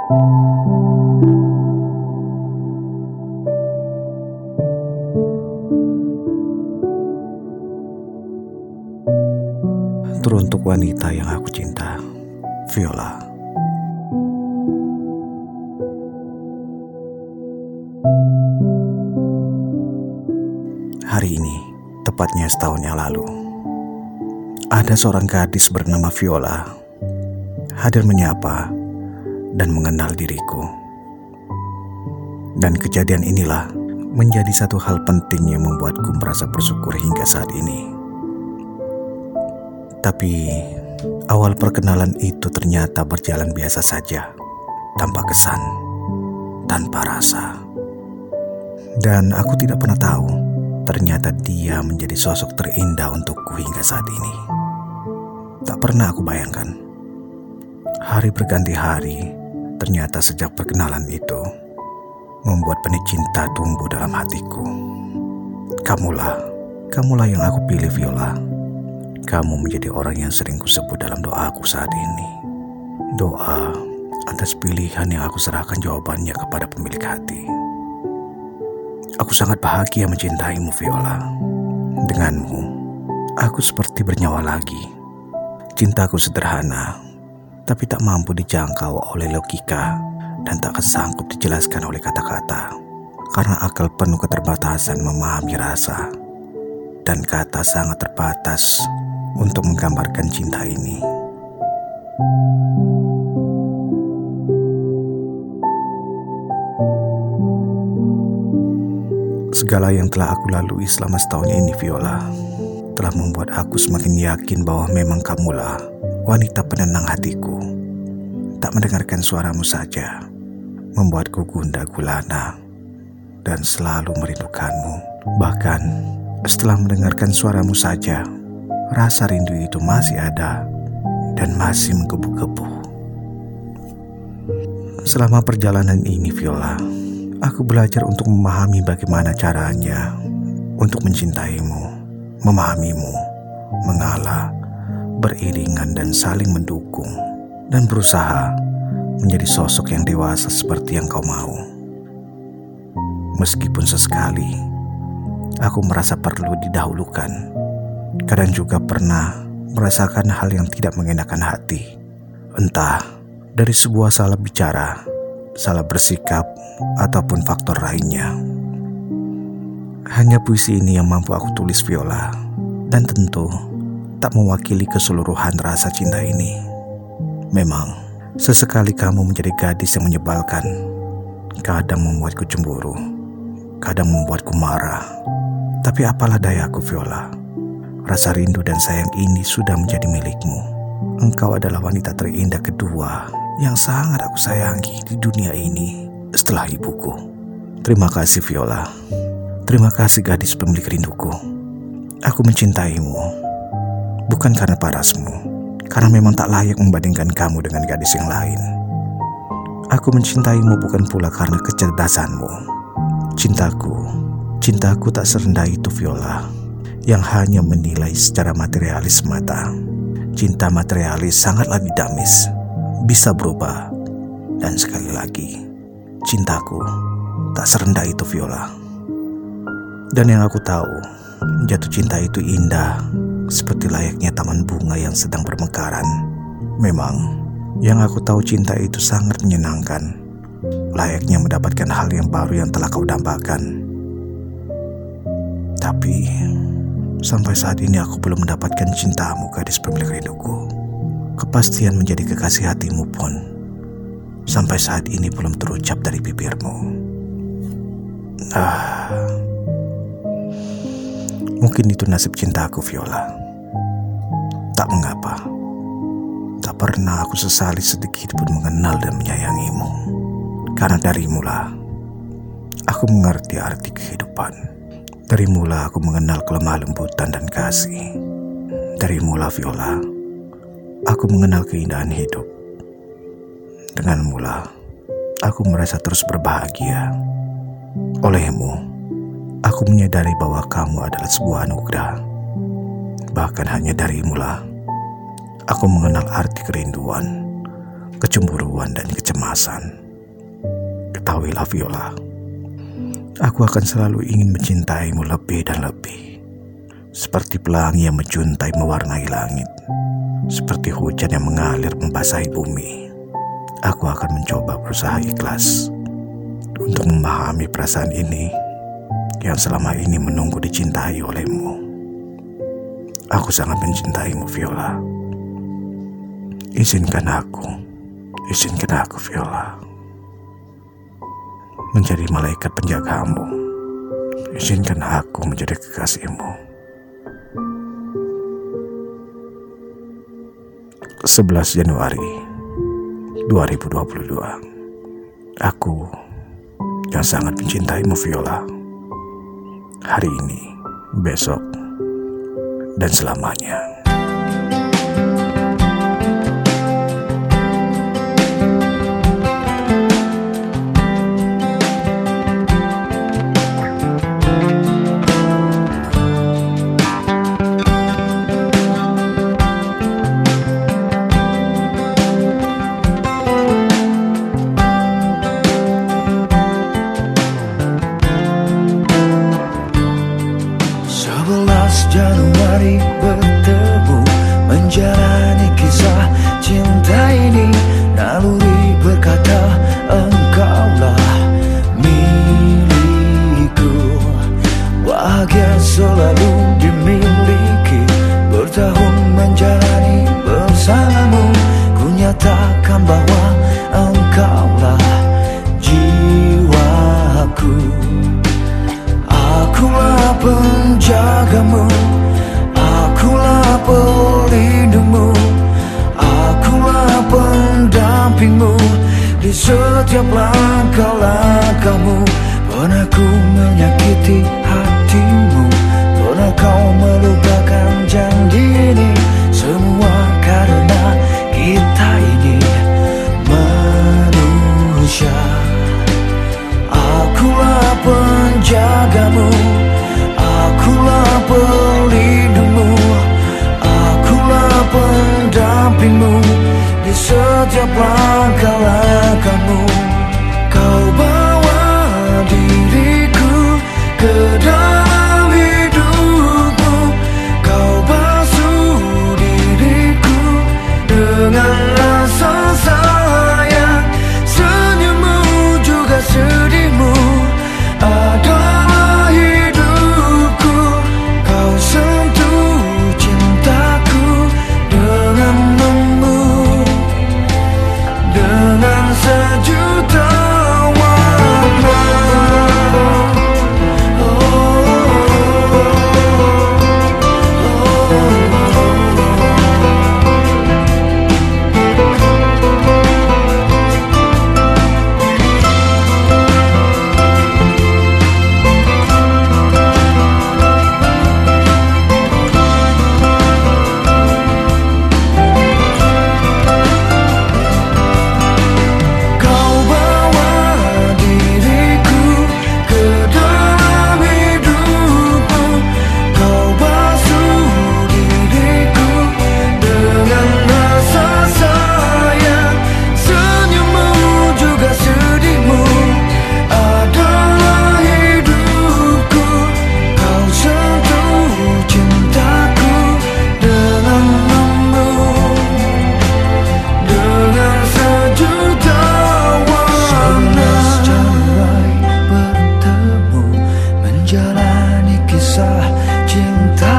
Teruntuk wanita yang aku cinta, Viola. Hari ini, tepatnya setahun yang lalu, ada seorang gadis bernama Viola hadir menyapa dan mengenal diriku. Dan kejadian inilah menjadi satu hal penting yang membuatku merasa bersyukur hingga saat ini. Tapi awal perkenalan itu ternyata berjalan biasa saja, tanpa kesan, tanpa rasa. Dan aku tidak pernah tahu, ternyata dia menjadi sosok terindah untukku hingga saat ini. Tak pernah aku bayangkan. Hari berganti hari, ternyata sejak perkenalan itu membuat benih cinta tumbuh dalam hatiku. Kamulah yang aku pilih, Viola. Kamu menjadi orang yang sering kusebut dalam doaku saat ini. Doa atas pilihan yang aku serahkan jawabannya kepada pemilik hati. Aku sangat bahagia mencintaimu, Viola. Denganmu, aku seperti bernyawa lagi. Cintaku sederhana, tapi tak mampu dijangkau oleh logika dan tak kesanggup dijelaskan oleh kata-kata. Karena akal penuh keterbatasan memahami rasa, dan kata sangat terbatas untuk menggambarkan cinta ini. Segala yang telah aku lalui selama setahun ini, Viola, telah membuat aku semakin yakin bahwa memang kamulah wanita penenang hatiku. Tak mendengarkan suaramu saja membuatku gundah gulana dan selalu merindukanmu. Bahkan setelah mendengarkan suaramu saja, rasa rindu itu masih ada dan masih menggebu-gebu. Selama perjalanan ini, Viola, aku belajar untuk memahami bagaimana caranya untuk mencintaimu, memahamimu, mengalah, beriringan dan saling mendukung, dan berusaha menjadi sosok yang dewasa seperti yang kau mau. Meskipun sesekali aku merasa perlu didahulukan, kadang juga pernah merasakan hal yang tidak mengenakan hati. Entah dari sebuah salah bicara, salah bersikap, ataupun faktor lainnya. Hanya puisi ini yang mampu aku tulis, Viola, dan tentu tak mewakili keseluruhan rasa cinta ini. Memang sesekali kamu menjadi gadis yang menyebalkan. Kadang membuatku cemburu, kadang membuatku marah. Tapi apalah dayaku, Viola. Rasa rindu dan sayang ini sudah menjadi milikmu. Engkau adalah wanita terindah kedua yang sangat aku sayangi di dunia ini setelah ibuku. Terima kasih, Viola. Terima kasih, gadis pemilik rinduku. Aku mencintaimu bukan karena parasmu, karena memang tak layak membandingkan kamu dengan gadis yang lain. Aku mencintaimu bukan pula karena kecerdasanmu. Cintaku tak serendah itu, Viola, yang hanya menilai secara materialis semata. Cinta materialis sangatlah dinamis, bisa berubah. Dan sekali lagi, cintaku tak serendah itu, Viola. Dan yang aku tahu, jatuh cinta itu indah, seperti layaknya taman bunga yang sedang bermekaran. Memang, yang aku tahu cinta itu sangat menyenangkan, layaknya mendapatkan hal yang baru yang telah kau dambakan. Tapi sampai saat ini aku belum mendapatkan cintamu, gadis pemilik rinduku. Kepastian menjadi kekasih hatimu pun sampai saat ini belum terucap dari bibirmu. Mungkin itu nasib cintaku, Viola. Tak mengapa. Tak pernah aku sesali sedikit pun mengenal dan menyayangimu. Karena darimulah aku mengerti arti kehidupan. Darimulah aku mengenal kelemah lembutan dan kasih. Darimulah, Viola, aku mengenal keindahan hidup. Denganmulah aku merasa terus berbahagia. Olehmu, aku menyadari bahwa kamu adalah sebuah anugerah. Bahkan hanya darimulah aku mengenal arti kerinduan, kecemburuan, dan kecemasan. kecemasan. Ketahuilah Viola, aku akan selalu ingin mencintaimu lebih dan lebih. Seperti pelangi yang menjuntai mewarnai langit, seperti hujan yang mengalir membasahi bumi. Aku akan mencoba berusaha ikhlas untuk memahami perasaan ini yang selama ini menunggu dicintai olehmu. Aku sangat mencintaimu Viola. Izinkan aku Viola, menjadi malaikat penjagamu. Izinkan aku menjadi kekasihmu. 11 Januari 2022. Aku yang sangat mencintaimu Viola. Hari ini, besok, dan selamanya. Januari bertemu, menjalani kisah cinta ini. Naluri berkata engkaulah milikku. Bahagia selalu dimiliki, bertahun menjalani bersamamu. Ku nyatakan bahwa engkaulah jiwaku. Akulah penjagamu, akulah pelindungmu, akulah pendampingmu di setiap langkah-langkahmu. Pernah ku menyakiti hatimu, pernah kau melupakan janji ini. Semua karena kita ini manusia. Akulah penjagamu, akulah pelindungmu, akulah pendampingmu di setiap langkah-langkahmu. Kau bawa diriku ke dalam hidupmu, kau basuh diriku dengan rasa sayang. Senyummu juga sedihmu adalah hidupku. Kau sentuh cintaku dengan lembut, dengan sejuta warna. Jalani kisah cinta